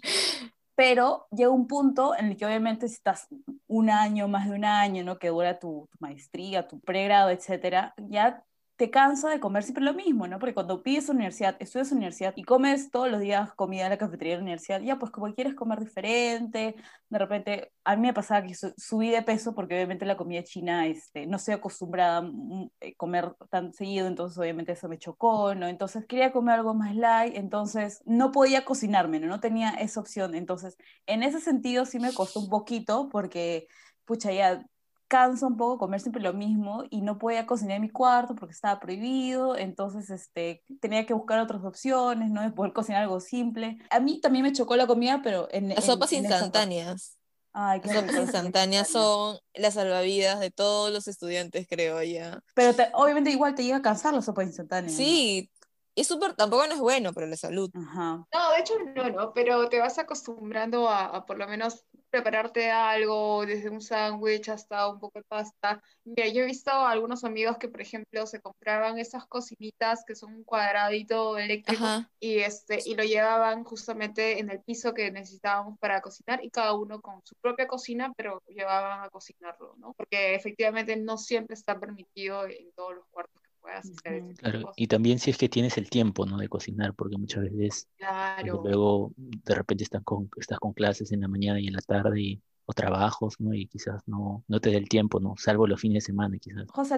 Pero llega un punto en el que obviamente si estás un año, más de un año, ¿no? Que dura tu maestría, tu pregrado, etcétera, ya te cansa de comer siempre lo mismo, ¿no? Porque cuando pides universidad, estudias universidad y comes todos los días comida en la cafetería de la universidad, ya pues como quieres comer diferente, de repente, a mí me pasaba que subí de peso porque obviamente la comida china, no estoy acostumbrada a comer tan seguido, entonces obviamente eso me chocó, ¿no? Entonces quería comer algo más light, entonces no podía cocinarme, ¿no? No tenía esa opción, entonces en ese sentido sí me costó un poquito porque, pucha, ya cansa un poco comer siempre lo mismo y no podía cocinar en mi cuarto porque estaba prohibido, entonces tenía que buscar otras opciones, ¿no? De poder cocinar algo simple. A mí también me chocó la comida, pero Las sopas en esa parte. instantáneas. Ay, Las qué sopas rico las sopas instantáneas instantáneas. son las salvavidas de todos los estudiantes, creo ya. Pero obviamente igual te llega a cansar la sopa instantánea, ¿no? Sí, es súper, tampoco no es bueno para la salud. Ajá. No, de hecho no, pero te vas acostumbrando a por lo menos prepararte algo, desde un sándwich hasta un poco de pasta. Mira, yo he visto a algunos amigos que, por ejemplo, se compraban esas cocinitas que son un cuadradito eléctrico Ajá. y lo llevaban justamente en el piso que necesitábamos para cocinar y cada uno con su propia cocina, pero llevaban a cocinarlo, ¿no? Porque efectivamente no siempre está permitido en todos los cuartos que puedas hacer ese Ujú. tipo de Claro, cosas. y también si es que tienes el tiempo, ¿no? De cocinar, porque muchas veces Claro. luego de repente estás con clases en la mañana y en la tarde o trabajos, ¿no? Y quizás no te dé el tiempo, ¿no? Salvo los fines de semana, quizás. José,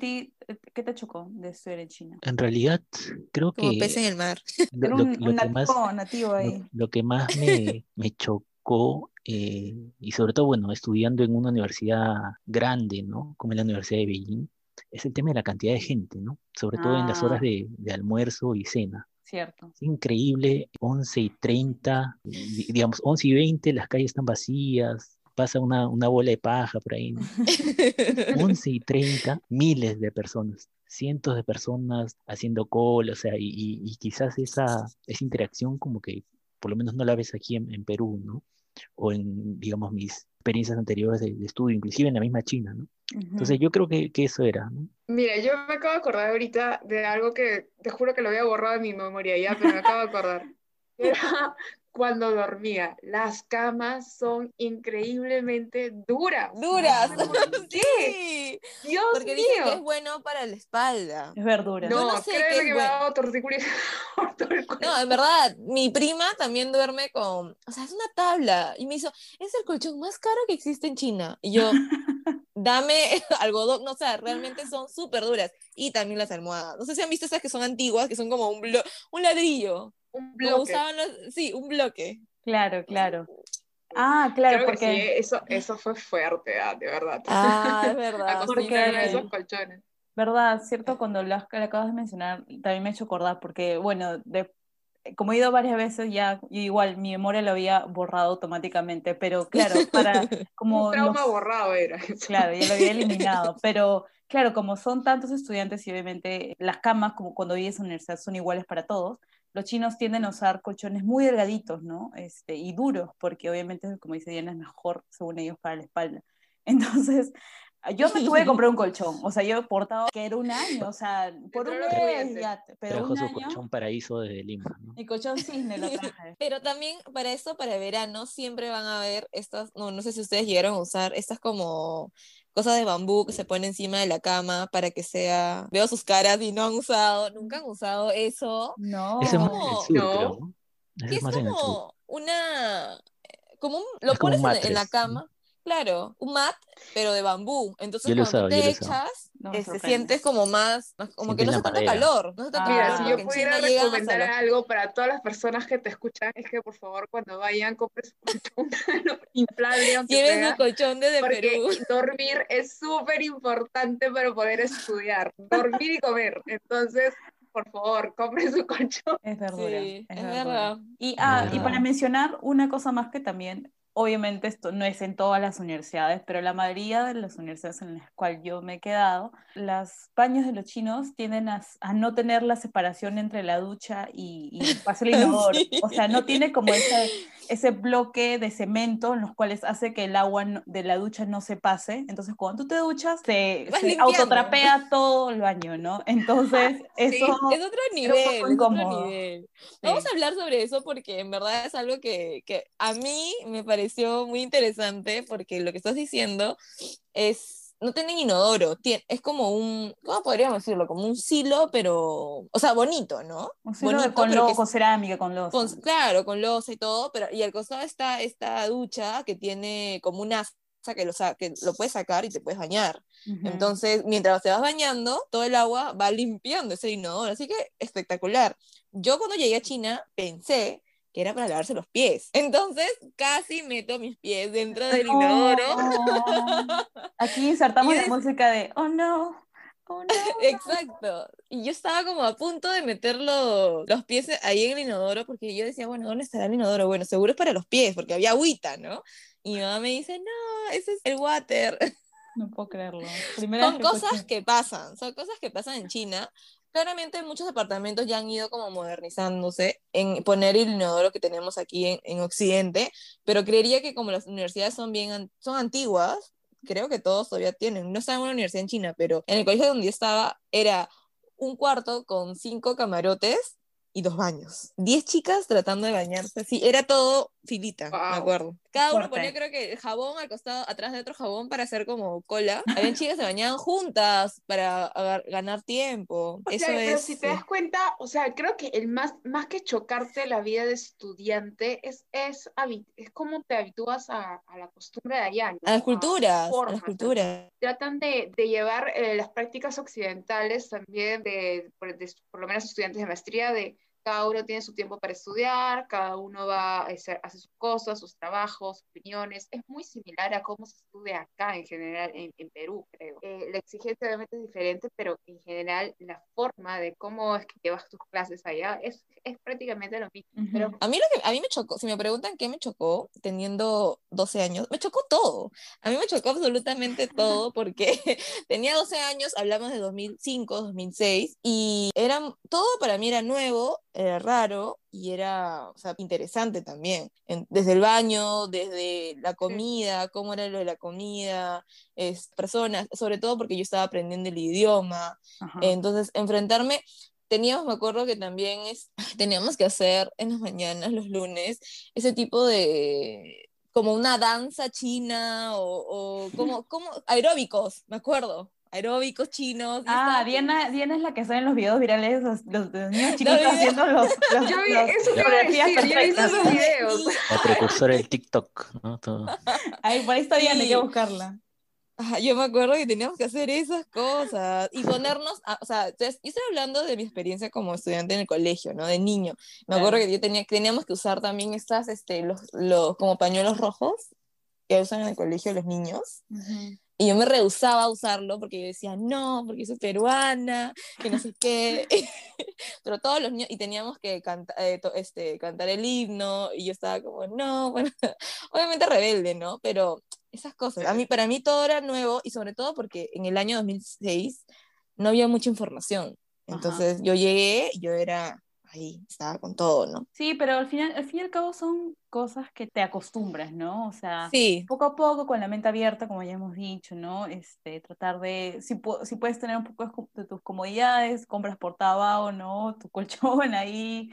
¿qué te chocó de estudiar en China? En realidad, creo Como pez que en el mar. Era un lo que más, nativo ahí. lo que más me chocó, y sobre todo, bueno, estudiando en una universidad grande, ¿no? Como es la Universidad de Beijing, es el tema de la cantidad de gente, ¿no? Sobre todo en las horas Ah, de almuerzo y cena. cierto. Es increíble, 11:30, digamos, 11:20, las calles están vacías, pasa una bola de paja por ahí, ¿no? 11:30, miles de personas, cientos de personas haciendo cola, o sea, y quizás esa interacción como que por lo menos no la ves aquí en Perú, ¿no? O en, digamos, mis experiencias anteriores de estudio, inclusive en la misma China, ¿no? Ujú. Entonces yo creo que eso era, ¿no? Mira, yo me acabo de acordar ahorita de algo que te juro que lo había borrado de mi memoria ya, pero me acabo de acordar. Era cuando dormía. Las camas son increíblemente duras. No Duras. sé por qué. Sí. Dios Porque dicen que es mío. bueno para la espalda. Es verdura. Yo no No, sé qué créeme es que me ha bueno. dado tortícolis por todo el No, en cuerpo. verdad, mi prima también duerme con, o sea, es una tabla. Y me hizo, es el colchón más caro que existe en China. Y yo, dame algodón, no, o sea, realmente son súper duras. Y también las almohadas. No sé si han visto esas que son antiguas, que son como un ladrillo. Un Como bloque. usaban sí, un bloque. Claro, claro. Ah, claro, Creo que sí, porque, eso fue fuerte, de verdad. Ah, es verdad, sí, Acostumbrarme a esos porque, sí. colchones. verdad, cierto, cuando lo acabas de mencionar, también me he hecho acordar, porque, bueno, como he ido varias veces ya, yo igual mi memoria lo había borrado automáticamente, pero claro, Un como trauma nos, borrado era eso. claro, ya lo había eliminado, pero claro, como son tantos estudiantes y obviamente las camas, como cuando vives en la universidad, son iguales para todos, los chinos tienden a usar colchones muy delgaditos, ¿no? Y duros, porque obviamente, como dice Diana, es mejor, según ellos, para la espalda. Entonces, yo me tuve que comprar un colchón, o sea, yo he portado que era un año, o sea, por Dentro un de los mes pudientes. ya, pero Trajo un su año, colchón paraíso desde Lima, ¿no? mi colchón cisne lo traje. Pero también para esto, para verano, siempre van a haber estas, no sé si ustedes llegaron a usar estas como cosas de bambú que se ponen encima de la cama para que sea, veo sus caras y no han usado, nunca han usado eso, que Ese es es No, más en el como, sur, creo, No, ¿no? Ese que es es más en el sur. como una, Es lo como un pones en la matres, ¿no? cama, claro, un mat, pero de bambú. Yo Entonces lo he cuando tú usado, yo lo te he usado. echas, no me sorprende. sientes como más, como que Sientes no la hace tanto madera. calor, no hace tanto mira, calor, si Ah, yo porque en pudiera China llegan hasta recomendar los... algo para todas las personas que te escuchan, es que por favor cuando vayan compren su colchón inflable, aunque Lleven su sea, colchón desde porque Perú. dormir es súper importante para poder estudiar, dormir y comer. Entonces, por favor, compren su colchón. Es verdura, Sí, es es verdura. verdad. Y, Es y para verdad. mencionar una cosa más que también, obviamente esto no es en todas las universidades, pero la mayoría de las universidades en las cuales yo me he quedado, los baños de los chinos tienden a no tener la separación entre la ducha y el paso del inodoro. Sí. O sea, no tiene como ese bloque de cemento en los cuales hace que el agua de la ducha no se pase. Entonces, cuando tú te duchas, Vas se limpiando. autotrapea todo el baño, ¿no? Entonces, eso Sí. Es otro es un poco nivel, es otro incómodo. nivel. Vamos Sí. a hablar sobre eso porque en verdad es algo que a mí me pareció muy interesante porque lo que estás diciendo es, no tienen inodoro, es como un, ¿cómo podríamos decirlo? Como un silo, pero, o sea, bonito, ¿no? Un silo Bonito, pero que es con cerámica, con losa. claro, con losa y todo, pero y al costado está esta ducha que tiene como una asa que lo puedes sacar y te puedes bañar. Ujú. Entonces, mientras te vas bañando, todo el agua va limpiando ese inodoro, así que espectacular. Yo cuando llegué a China pensé que era para lavarse los pies. Entonces, casi meto mis pies dentro del inodoro. No. Aquí Y insertamos yo la música de oh no, oh no. exacto. Y yo estaba como a punto de meter los pies ahí en el inodoro porque yo decía, bueno, ¿dónde estará el inodoro? Bueno, seguro es para los pies porque había agüita, ¿no? Y mi mamá me dice, no, ese es el water. No puedo creerlo. Primera vez Son que cosas escucho. que pasan, son cosas que pasan en China. Claramente muchos departamentos ya han ido como modernizándose en poner el inodoro que tenemos aquí en Occidente, pero creería que como las universidades son antiguas, creo que todos todavía tienen. No estaba en una universidad en China, pero en el colegio donde yo estaba era un cuarto con 5 camarotes y 2 baños. 10 chicas tratando de bañarse, sí, era todo filita, me Wow. acuerdo. Cada uno ponía, Fuerte. creo que el jabón al costado, atrás de otro jabón para hacer como cola. Habían chicas que se bañaban juntas para ganar tiempo. O Eso sea, pero es, si te das sí. cuenta, o sea, creo que el más que chocarte la vida de estudiante es cómo te habitúas a la costumbre de allá, A las ¿no? A las culturas, a las formas. culturas. Tratan de llevar las prácticas occidentales también, por lo menos estudiantes de maestría, de cada uno tiene su tiempo para estudiar, cada uno va a hacer sus cosas, sus trabajos, opiniones. Es muy similar a cómo se estudia acá en general, en Perú, creo. La exigencia obviamente es diferente, pero en general la forma de cómo es que llevas tus clases allá es prácticamente lo mismo. Ujú. Pero A mí me chocó, si me preguntan qué me chocó teniendo 12 años, me chocó todo. A mí me chocó absolutamente todo porque tenía 12 años, hablamos de 2005, 2006, y todo para mí era nuevo, era raro y era, o sea, interesante también. Desde el baño, desde la sí, comida, cómo era lo de la comida, personas, sobre todo porque yo estaba aprendiendo el idioma. Ajá. Entonces, enfrentarme teníamos, me acuerdo que también teníamos que hacer en las mañanas, los lunes, ese tipo de, como una danza china o como aeróbicos, me acuerdo, aeróbicos chinos, y Ah, estaba como, Diana es la que sale en los videos virales, los niños los chiquitos videos, haciendo yo vi, los eso te iba a coreografías decir, yo he visto perfectas. esos videos. La precursora del TikTok, ¿no? Todo. Ahí, por ahí está Diana, hay que sí, buscarla. yo me acuerdo que teníamos que hacer esas cosas y ponernos, o sea, entonces, yo estoy hablando de mi experiencia como estudiante en el colegio, ¿no? De niño. Me acuerdo Claro. que teníamos que usar también los como pañuelos rojos que usan en el colegio los niños. Ujú. Y yo me rehusaba a usarlo porque yo decía, no, porque soy peruana, que no sé qué. Pero todos los niños, y teníamos que cantar el himno, y yo estaba como, no, bueno, obviamente rebelde, ¿no? Pero esas cosas, para mí todo era nuevo, y sobre todo porque en el año 2006 no había mucha información. Ajá. Entonces yo llegué, yo era ahí, estaba con todo, ¿no? Sí, pero al fin y al cabo son cosas que te acostumbras, ¿no? O sea, Sí, poco a poco, con la mente abierta, como ya hemos dicho, ¿no? Tratar de, si puedes tener un poco de tus comodidades, compras por Taobao, ¿no? Tu colchón ahí,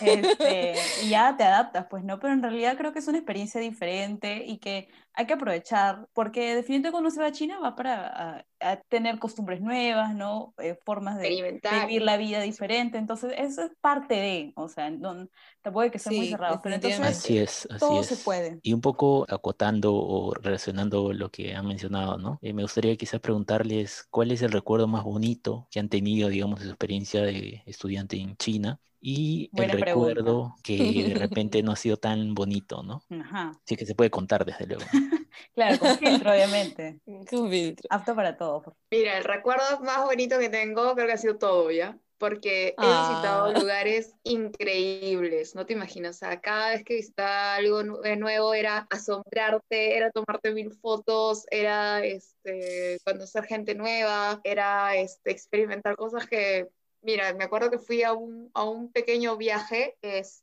y ya te adaptas, pues, ¿no? Pero en realidad creo que es una experiencia diferente y que hay que aprovechar, porque definitivamente cuando se va a China va para a tener costumbres nuevas, ¿no? Formas de Experimentar. vivir la vida diferente, entonces eso es parte de, o sea, tampoco hay que ser muy sí, cerrados, pero entonces Así definitivamente. es, así todo se es. puede. Y un poco acotando o relacionando lo que han mencionado, ¿no? Me gustaría quizás preguntarles cuál es el recuerdo más bonito que han tenido, digamos, de su experiencia de estudiante en China y el Buena pregunta. recuerdo que de repente no ha sido tan bonito, ¿no? Ajá. Sí que se puede contar, desde luego, ¿no? Claro, con filtro, obviamente. Con filtro. Apto para todo. Mira, el recuerdo más bonito que tengo creo que ha sido todo, ¿ya? porque he visitado Ah, lugares increíbles, no te imaginas, o sea, cada vez que visitaba algo nuevo era asombrarte, era tomarte mil fotos, era conocer gente nueva, era experimentar cosas que, mira, me acuerdo que fui a un pequeño viaje,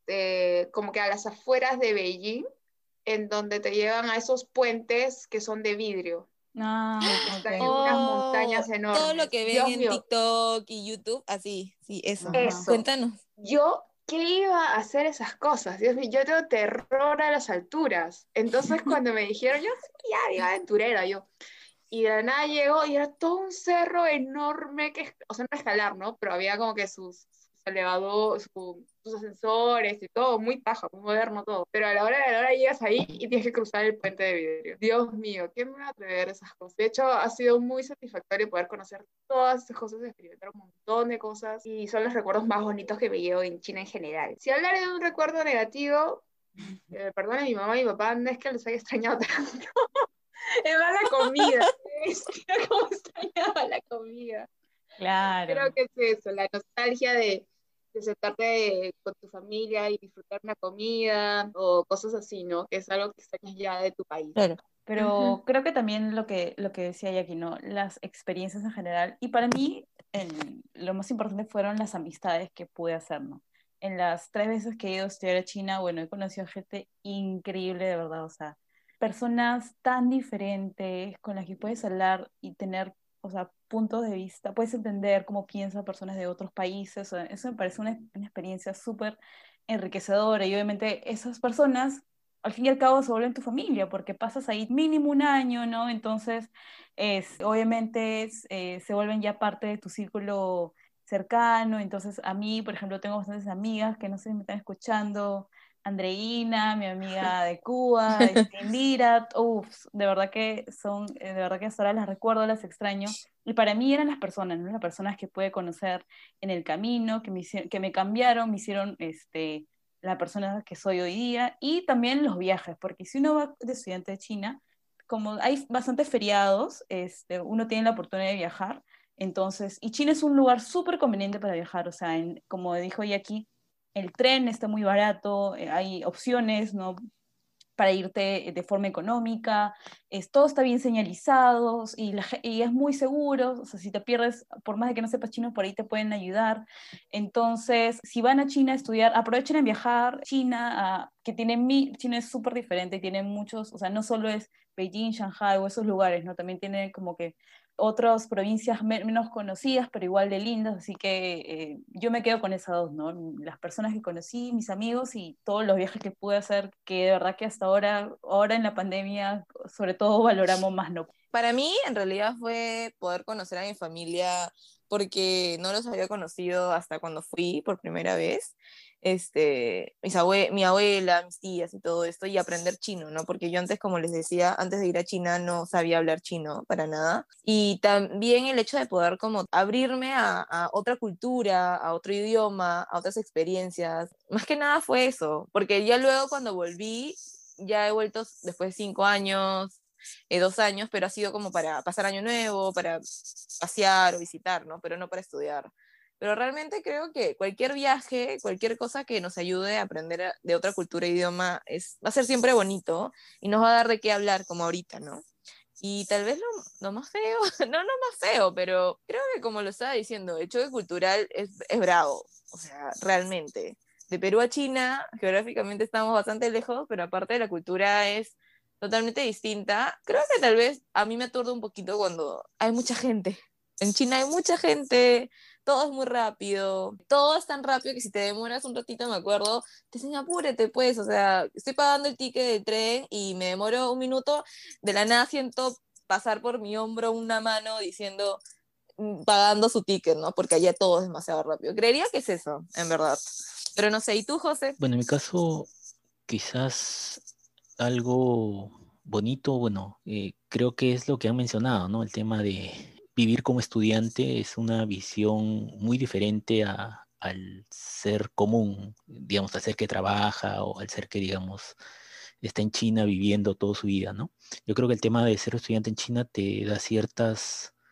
como que a las afueras de Beijing, en donde te llevan a esos puentes que son de vidrio, Ah, que están en ok. unas oh, montañas todo lo enormes. que ven Dios en mío, TikTok y YouTube, así, sí, eso. Ajá. eso. Cuéntanos. Yo, ¿qué iba a hacer esas cosas? Dios mío, yo tengo terror a las alturas. Entonces, cuando me dijeron, yo sí, ya, digo, aventurera, yo. Y de la nada llegó y era todo un cerro enorme que, o sea, no escalar, ¿no? Pero había como que sus elevadores, sus ascensores y todo, muy paja, muy moderno todo. Pero a la hora llegas ahí y tienes que cruzar el puente de vidrio. Dios mío, ¿quién me va a atrever a esas cosas? De hecho, ha sido muy satisfactorio poder conocer todas esas cosas, experimentar un montón de cosas y son los recuerdos más bonitos que me llevo en China en general. Si hablar de un recuerdo negativo, perdone a mi mamá y mi papá, no es que les haya extrañado tanto. Es más la comida. Mira cómo extrañaba la comida. Creo Claro. que es eso, la nostalgia de sentarte con tu familia y disfrutar una comida o cosas así, ¿no? Que es algo que extrañas ya de tu país. Claro. Pero creo que también lo que decía Jackie, ¿no? Las experiencias en general. Y para mí, lo más importante fueron las amistades que pude hacer, ¿no? En las 3 veces que he ido a estudiar a China, bueno, he conocido gente increíble, de verdad, o sea, personas tan diferentes con las que puedes hablar y tener, o sea, puntos de vista, puedes entender cómo piensan personas de otros países, o sea, eso me parece una experiencia súper enriquecedora y obviamente esas personas al fin y al cabo se vuelven tu familia, porque pasas ahí mínimo un año, ¿no? Entonces, obviamente se vuelven ya parte de tu círculo cercano. Entonces, a mí, por ejemplo, tengo bastantes amigas que no sé si me están escuchando. Andreina, mi amiga de Cuba, Indira, uff, de verdad que de verdad que hasta ahora las recuerdo, las extraño. Y para mí eran las personas, ¿no? Las personas que pude conocer en el camino, que me cambiaron, me hicieron la persona que soy hoy día y también los viajes, porque si uno va de estudiante de China, como hay bastantes feriados, uno tiene la oportunidad de viajar, entonces, y China es un lugar súper conveniente para viajar, o sea, como dijo aquí, el tren está muy barato, hay opciones, ¿no? Para irte de forma económica, todo está bien señalizado y es muy seguro, o sea, si te pierdes, por más de que no sepas chino, por ahí te pueden ayudar. Entonces, si van a China a estudiar, aprovechen en viajar. China es súper diferente, tiene muchos, o sea, no solo es Beijing, Shanghai o esos lugares, ¿no? También tiene como que otras provincias menos conocidas, pero igual de lindas, así que yo me quedo con esas dos, ¿no? Las personas que conocí, mis amigos y todos los viajes que pude hacer, que de verdad que hasta ahora en la pandemia, sobre todo valoramos más, ¿no? Para mí, en realidad, fue poder conocer a mi familia porque no los había conocido hasta cuando fui por primera vez. Mi abuela, mis tías y todo esto, y aprender chino, ¿no? Porque yo antes, como les decía, antes de ir a China no sabía hablar chino para nada. Y también el hecho de poder como abrirme a otra cultura, a otro idioma, a otras experiencias. Más que nada fue eso, porque ya luego cuando volví, ya he vuelto después de 5 años, 2 años, pero ha sido como para pasar año nuevo, para pasear o visitar, ¿no? Pero no para estudiar. Pero realmente creo que cualquier viaje, cualquier cosa que nos ayude a aprender de otra cultura e idioma va a ser siempre bonito y nos va a dar de qué hablar como ahorita, ¿no? Y tal vez lo más feo, no lo más feo, pero creo que como lo estaba diciendo, el choque cultural es bravo, o sea, realmente. De Perú a China, geográficamente estamos bastante lejos, pero aparte de la cultura es totalmente distinta. Creo que tal vez a mí me aturda un poquito cuando hay mucha gente. En China hay mucha gente, todo es muy rápido, todo es tan rápido que si te demoras un ratito, me acuerdo, te dicen apúrate pues, o sea, estoy pagando el ticket del tren y me demoro un minuto, de la nada siento pasar por mi hombro una mano diciendo, pagando su ticket, ¿no? Porque allá todo es demasiado rápido. Creería que es eso, en verdad. Pero no sé, ¿y tú, José? Bueno, en mi caso, quizás algo bonito, bueno, creo que es lo que han mencionado, ¿no? El tema de vivir como estudiante es una visión muy diferente al ser común, digamos, al ser que trabaja o al ser que, digamos, está en China viviendo toda su vida, ¿no? Yo creo que el tema de ser estudiante en China te da ciertas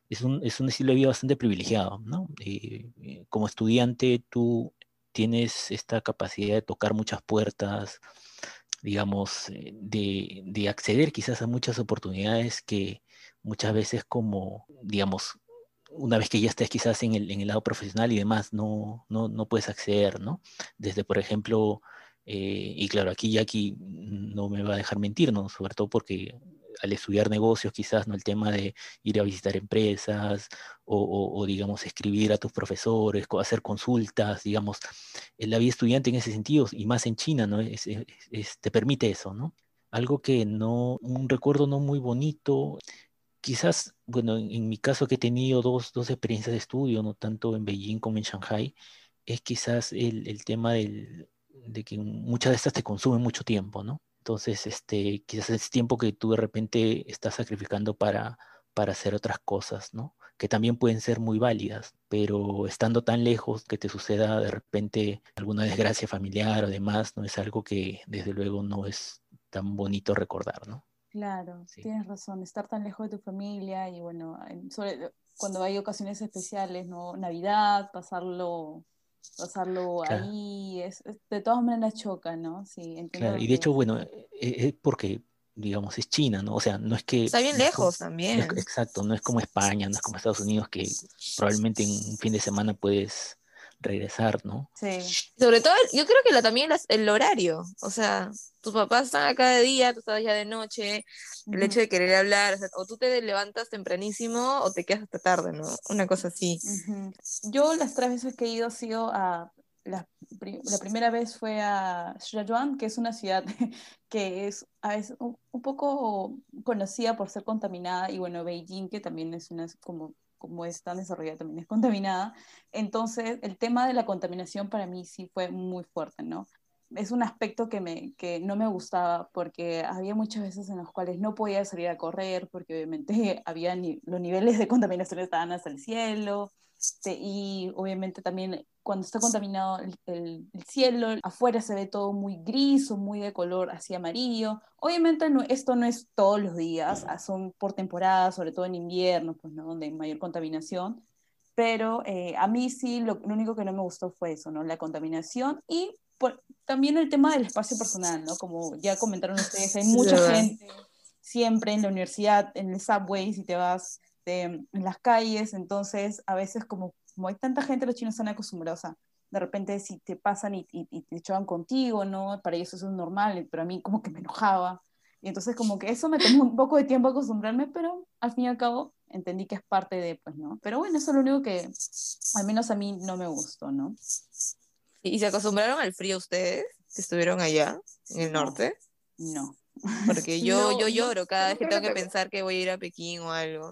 es un estilo de vida bastante privilegiado, ¿no? Como estudiante tú tienes esta capacidad de tocar muchas puertas, digamos, de acceder quizás a muchas oportunidades que muchas veces como, digamos, una vez que ya estés quizás en el lado profesional y demás, no puedes acceder, ¿no? Desde, por ejemplo, y claro, aquí Jackie no me va a dejar mentir, ¿no? Sobre todo porque al estudiar negocios quizás, ¿no? El tema de ir a visitar empresas o, digamos, escribir a tus profesores, hacer consultas, digamos, la vida estudiante en ese sentido, y más en China, ¿no? Te permite eso, ¿no? Algo que no, un recuerdo no muy bonito, quizás, bueno, en mi caso que he tenido dos experiencias de estudio, no tanto en Beijing como en Shanghai, es quizás el tema de que muchas de estas te consumen mucho tiempo, ¿no? Entonces, quizás es tiempo que tú de repente estás sacrificando para hacer otras cosas, ¿no? Que también pueden ser muy válidas, pero estando tan lejos que te suceda de repente alguna desgracia familiar o demás, no es algo que desde luego no es tan bonito recordar, ¿no? Claro, Sí. tienes razón, estar tan lejos de tu familia y bueno, cuando hay ocasiones especiales, ¿no? Navidad, pasarlo Claro. ahí, de todas maneras choca, ¿no? Sí, entiendo Claro, lo y de que hecho, es. bueno, es porque, digamos, es China, ¿no? O sea, no es que, Está bien no es como, lejos también. exacto, no es como España, no es como Estados Unidos, que probablemente en un fin de semana puedes regresar, ¿no? Sí. Sobre todo, yo creo que también el horario, o sea, tus papás están acá de día, tú estás ya de noche, el hecho Ujú, de querer hablar, o tú te levantas tempranísimo o te quedas hasta tarde, ¿no? Una cosa así. ujú. Yo las 3 veces que he ido ha sido la primera vez fue a Sichuan, que es una ciudad que es a veces un poco conocida por ser contaminada, y bueno, Beijing, que también es como es tan desarrollada, también es contaminada. Entonces, el tema de la contaminación para mí sí fue muy fuerte, ¿no? Es un aspecto que no me gustaba porque había muchas veces en las cuales no podía salir a correr porque obviamente los niveles de contaminación estaban hasta el cielo. Y obviamente también cuando está contaminado el cielo, afuera se ve todo muy gris o muy de color así amarillo. Obviamente esto no es todos los días, son por temporada, sobre todo en invierno, pues, ¿no? Donde hay mayor contaminación. Pero a mí sí, lo único que no me gustó fue eso, ¿no? La contaminación y también el tema del espacio personal, ¿no? Como ya comentaron ustedes, hay Es mucha verdad. gente siempre en la universidad, en el subway, si te vas en las calles, entonces a veces como hay tanta gente, los chinos están acostumbrados a, de repente si te pasan y te chocan contigo, ¿no? Para ellos eso es normal, pero a mí como que me enojaba. Y entonces como que eso me tomó un poco de tiempo acostumbrarme, pero al fin y al cabo entendí que es parte de, pues, ¿no? Pero bueno, eso es lo único que al menos a mí no me gustó, ¿no? ¿Y se acostumbraron al frío ustedes, que estuvieron allá, en el No, norte? no. Porque yo No, no, lloro cada vez que nunca me tengo que pegó. pensar que voy a ir a Pekín o algo.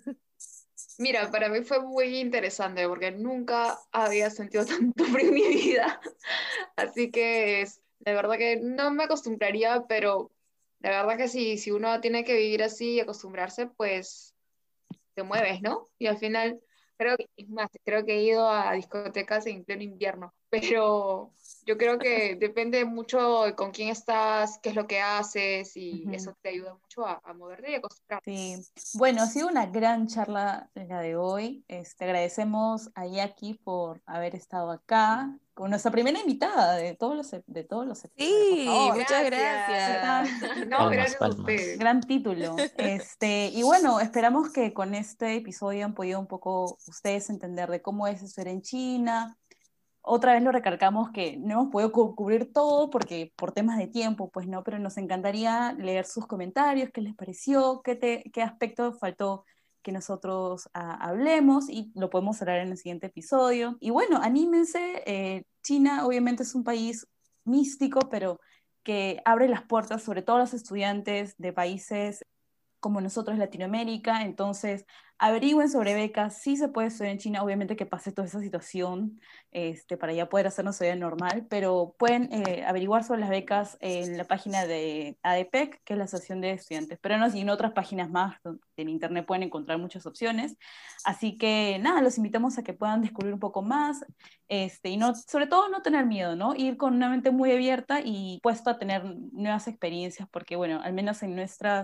Mira, para mí fue muy interesante porque nunca había sentido tanto frío en mi vida. Así que de verdad que no me acostumbraría, pero de verdad que sí, si uno tiene que vivir así y acostumbrarse, pues te mueves, ¿no? Y al final, es más, creo que he ido a discotecas en pleno invierno, pero yo creo que depende mucho de con quién estás, qué es lo que haces, y Ujú. eso te ayuda mucho a moverte y acostumbrarte. Sí, bueno, ha sido una gran charla la de hoy. Agradecemos a Jackie por haber estado acá con nuestra primera invitada de todos los episodios, por Sí, favor. muchas ¿Qué Gracias. gracias. tal? No, Palmas, gracias a palmas. ustedes. Gran título. Y bueno, esperamos que con este episodio han podido un poco ustedes entender de cómo es estudiar en China. Otra vez lo recalcamos que no hemos podido cubrir todo porque por temas de tiempo, pues no, pero nos encantaría leer sus comentarios, qué les pareció, qué aspecto faltó que nosotros hablemos, y lo podemos hablar en el siguiente episodio. Y bueno, anímense, China obviamente es un país místico, pero que abre las puertas sobre todo a los estudiantes de países como nosotros Latinoamérica. Entonces averigüen sobre becas, sí se puede estudiar en China, obviamente que pase toda esa situación, para ya poder hacernos vida normal, pero pueden averiguar sobre las becas en la página de ADPEC, que es la Asociación de Estudiantes Peruanos, y en otras páginas más donde en internet pueden encontrar muchas opciones. Así que nada, los invitamos a que puedan descubrir un poco más, y no, sobre todo no tener miedo, ¿no? Ir con una mente muy abierta y puesto a tener nuevas experiencias, porque bueno, al menos en nuestra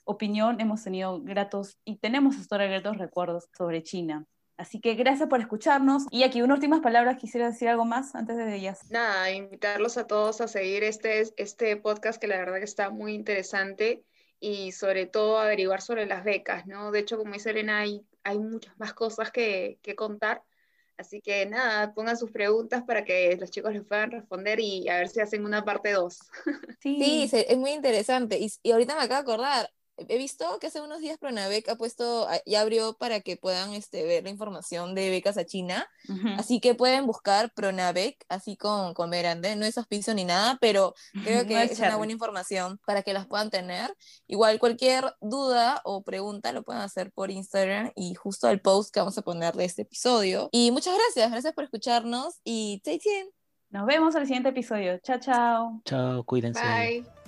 opinión hemos tenido gratos y tenemos hasta ahora gratos recuerdos sobre China. Así que gracias por escucharnos. Y aquí, unas últimas palabras, quisiera decir algo más antes de ellas. Nada, invitarlos a todos a seguir este podcast que la verdad que está muy interesante y sobre todo averiguar sobre las becas, ¿no? De hecho, como dice Elena, hay muchas más cosas que contar. Así que nada, pongan sus preguntas para que los chicos les puedan responder y a ver si hacen una parte 2. Sí, Sí. es muy interesante. Y ahorita me acabo de acordar, he visto que hace unos días Pronavec ha puesto, ya abrió para que puedan ver la información de becas a China. Ujú. Así que pueden buscar Pronavec, así con B grande. No es auspicio ni nada, pero creo No que es es una Cherry. buena información para que las puedan tener. Igual cualquier duda o pregunta lo pueden hacer por Instagram y justo al post que vamos a poner de este episodio. Y muchas gracias por escucharnos y 再见. Nos vemos en el siguiente episodio. Chao, chao. Chao, cuídense. Bye.